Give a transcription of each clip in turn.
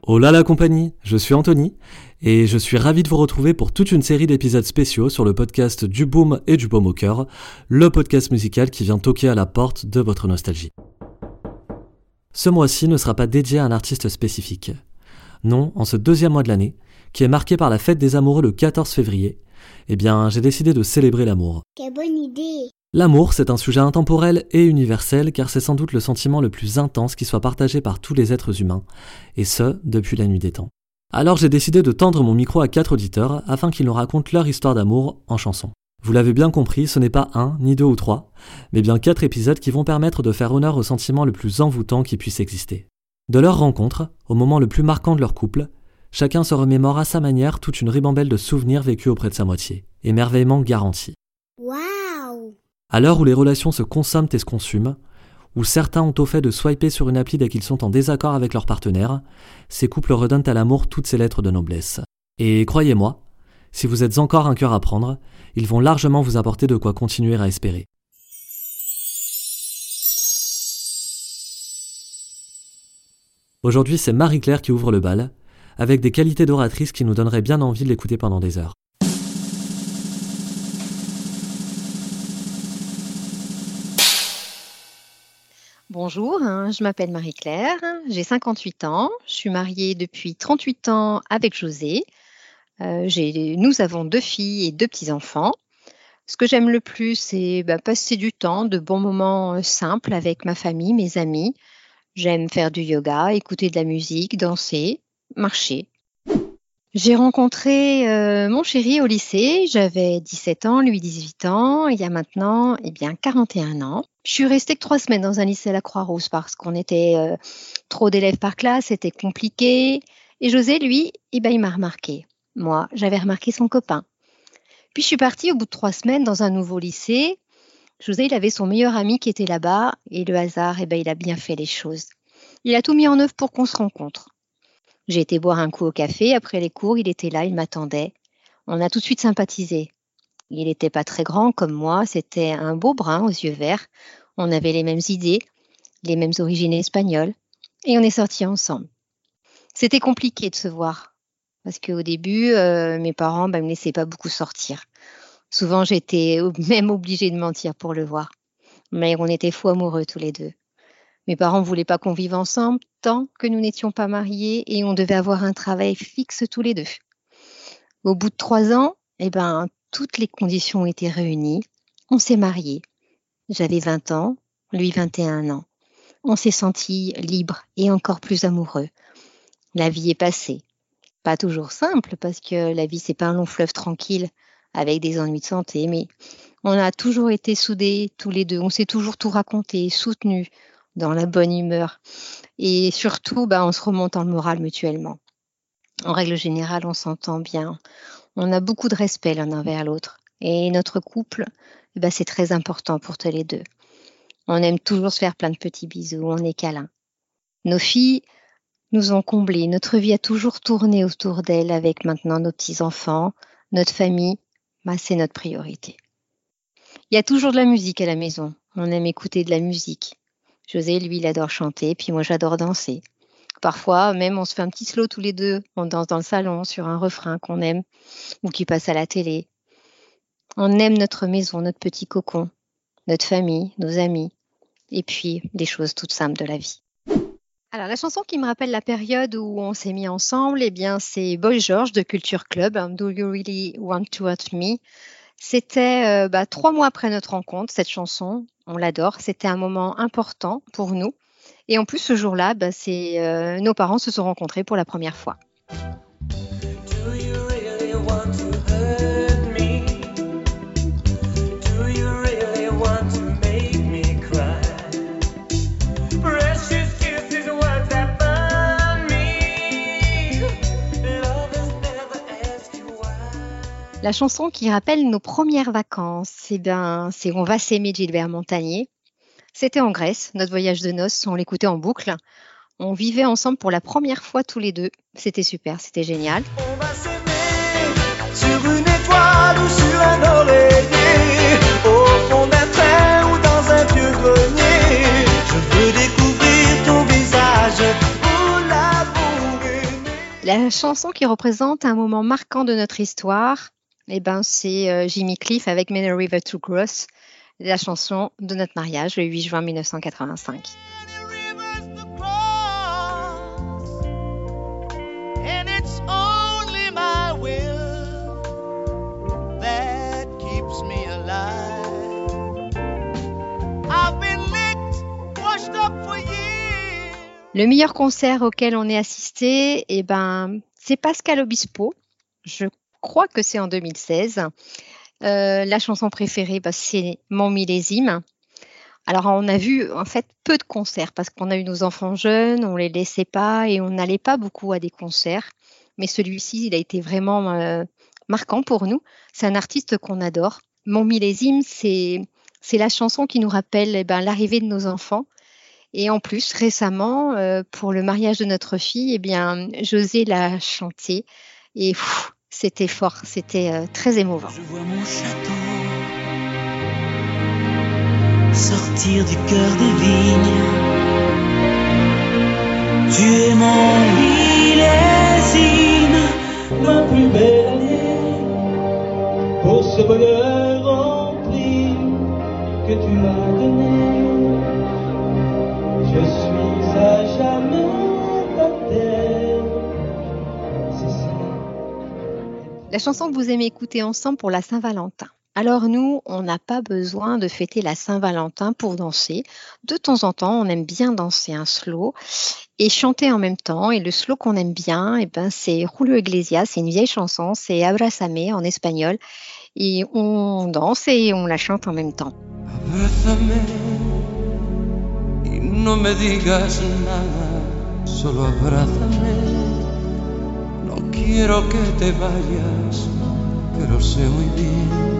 Hola la compagnie, je suis Anthony et je suis ravi de vous retrouver pour toute une série d'épisodes spéciaux sur le podcast du Boom et du Baume au cœur, le podcast musical qui vient toquer à la porte de votre nostalgie. Ce mois-ci ne sera pas dédié à un artiste spécifique. Non, en ce deuxième mois de l'année, qui est marqué par la fête des amoureux le 14 février, j'ai décidé de célébrer l'amour. Quelle bonne idée! L'amour, c'est un sujet intemporel et universel car c'est sans doute le sentiment le plus intense qui soit partagé par tous les êtres humains, et ce, depuis la nuit des temps. Alors j'ai décidé de tendre mon micro à 4 auditeurs afin qu'ils nous racontent leur histoire d'amour en chanson. Vous l'avez bien compris, ce n'est pas 1, ni 2 ou 3, mais bien 4 épisodes qui vont permettre de faire honneur au sentiment le plus envoûtant qui puisse exister. De leur rencontre, au moment le plus marquant de leur couple, chacun se remémore à sa manière toute une ribambelle de souvenirs vécus auprès de sa moitié. Émerveillement garanti. Waouh! À l'heure où les relations se consomment et se consument, où certains ont au fait de swiper sur une appli dès qu'ils sont en désaccord avec leur partenaire, ces couples redonnent à l'amour toutes ces lettres de noblesse. Et croyez-moi, si vous êtes encore un cœur à prendre, ils vont largement vous apporter de quoi continuer à espérer. Aujourd'hui, c'est Marie-Claire qui ouvre le bal, avec des qualités d'oratrice qui nous donneraient bien envie de l'écouter pendant des heures. Bonjour, je m'appelle Marie-Claire, j'ai 58 ans, je suis mariée depuis 38 ans avec José. Nous avons 2 filles et 2 petits-enfants. Ce que j'aime le plus, c'est passer du temps, de bons moments simples avec ma famille, mes amis. J'aime faire du yoga, écouter de la musique, danser, marcher. J'ai rencontré mon chéri au lycée, j'avais 17 ans, lui 18 ans, il y a maintenant 41 ans. Je suis restée que 3 semaines dans un lycée à la Croix-Rousse parce qu'on était trop d'élèves par classe, c'était compliqué. Et José, lui, il m'a remarqué. Moi, j'avais remarqué son copain. Puis je suis partie au bout de 3 semaines dans un nouveau lycée. José, il avait son meilleur ami qui était là-bas et le hasard, il a bien fait les choses. Il a tout mis en œuvre pour qu'on se rencontre. J'ai été boire un coup au café, après les cours, il était là, il m'attendait. On a tout de suite sympathisé. Il n'était pas très grand comme moi, c'était un beau brun aux yeux verts. On avait les mêmes idées, les mêmes origines espagnoles, et on est sortis ensemble. C'était compliqué de se voir, parce qu'au début, mes parents me laissaient pas beaucoup sortir. Souvent, j'étais même obligée de mentir pour le voir. Mais on était fous amoureux tous les deux. Mes parents ne voulaient pas qu'on vive ensemble tant que nous n'étions pas mariés et on devait avoir un travail fixe tous les deux. Au bout de 3 ans, toutes les conditions ont été réunies. On s'est mariés. J'avais 20 ans, lui 21 ans. On s'est sentis libres et encore plus amoureux. La vie est passée. Pas toujours simple parce que la vie, c'est pas un long fleuve tranquille avec des ennuis de santé, mais on a toujours été soudés tous les deux. On s'est toujours tout raconté, soutenus, dans la bonne humeur. Et surtout, on se remontant le moral mutuellement. En règle générale, on s'entend bien. On a beaucoup de respect l'un envers l'autre. Et notre couple, c'est très important pour tous les deux. On aime toujours se faire plein de petits bisous, on est câlins. Nos filles nous ont comblés. Notre vie a toujours tourné autour d'elles avec maintenant nos petits-enfants, notre famille. C'est notre priorité. Il y a toujours de la musique à la maison. On aime écouter de la musique. José, lui, il adore chanter, puis moi, j'adore danser. Parfois, même, on se fait un petit slow tous les deux. On danse dans le salon sur un refrain qu'on aime ou qui passe à la télé. On aime notre maison, notre petit cocon, notre famille, nos amis, et puis des choses toutes simples de la vie. Alors, la chanson qui me rappelle la période où on s'est mis ensemble, c'est Boy George de Culture Club, Do You Really Want to Hurt Me? C'était 3 mois après notre rencontre, cette chanson, on l'adore, c'était un moment important pour nous. Et en plus, ce jour-là, nos parents se sont rencontrés pour la première fois. Do you really want to hurt me? Do you really want to make me cry? Precious kisses, words that burn me. Lovers never ask you why. La chanson qui rappelle nos premières vacances, c'est On va s'aimer de Gilbert Montagnier. C'était en Grèce, notre voyage de noces, on l'écoutait en boucle. On vivait ensemble pour la première fois tous les deux. C'était super, c'était génial. On va s'aimer sur une étoile ou sur un oreiller, au fond d'un train ou dans un vieux grenier. Je veux découvrir ton visage où l'amour est né. La chanson qui représente un moment marquant de notre histoire, c'est Jimmy Cliff avec Many a River to Cross, la chanson de notre mariage le 8 juin 1985. And it's only my will that keeps me alive. I've been licked, washed up for years. Le meilleur concert auquel on ait assisté, c'est Pascal Obispo. Je crois que c'est en 2016. La chanson préférée, c'est Mon millésime. Alors, on a vu en fait peu de concerts parce qu'on a eu nos enfants jeunes, on les laissait pas et on n'allait pas beaucoup à des concerts. Mais celui-ci, il a été vraiment marquant pour nous. C'est un artiste qu'on adore. Mon millésime, c'est la chanson qui nous rappelle l'arrivée de nos enfants. Et en plus, récemment, pour le mariage de notre fille, José l'a chanté et c'était fort, c'était très émouvant. Je vois mon château sortir du cœur des vignes. Tu es mon millésime, ma plus belle année, pour ce bonheur rempli que tu m'as donné. Je suis à jamais ta terre. C'est ça. La chanson que vous aimez écouter ensemble pour la Saint-Valentin. Alors nous, on n'a pas besoin de fêter la Saint-Valentin pour danser. De temps en temps, on aime bien danser un slow et chanter en même temps. Et le slow qu'on aime bien, c'est Julio Iglesias, c'est une vieille chanson, c'est Abrázame en espagnol. Et on danse et on la chante en même temps. Abrázame y no me digas nada, solo abrázame. No quiero que te vayas, pero sé muy bien.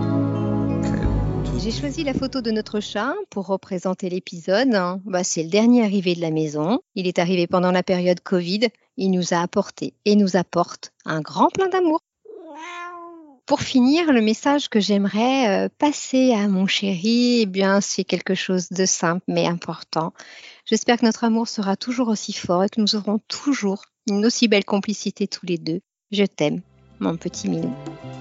J'ai choisi la photo de notre chat pour représenter l'épisode. C'est le dernier arrivé de la maison. Il est arrivé pendant la période Covid. Il nous a apporté et nous apporte un grand plein d'amour. Pour finir, le message que j'aimerais passer à mon chéri, c'est quelque chose de simple mais important. J'espère que notre amour sera toujours aussi fort et que nous aurons toujours une aussi belle complicité tous les deux. Je t'aime, mon petit minou.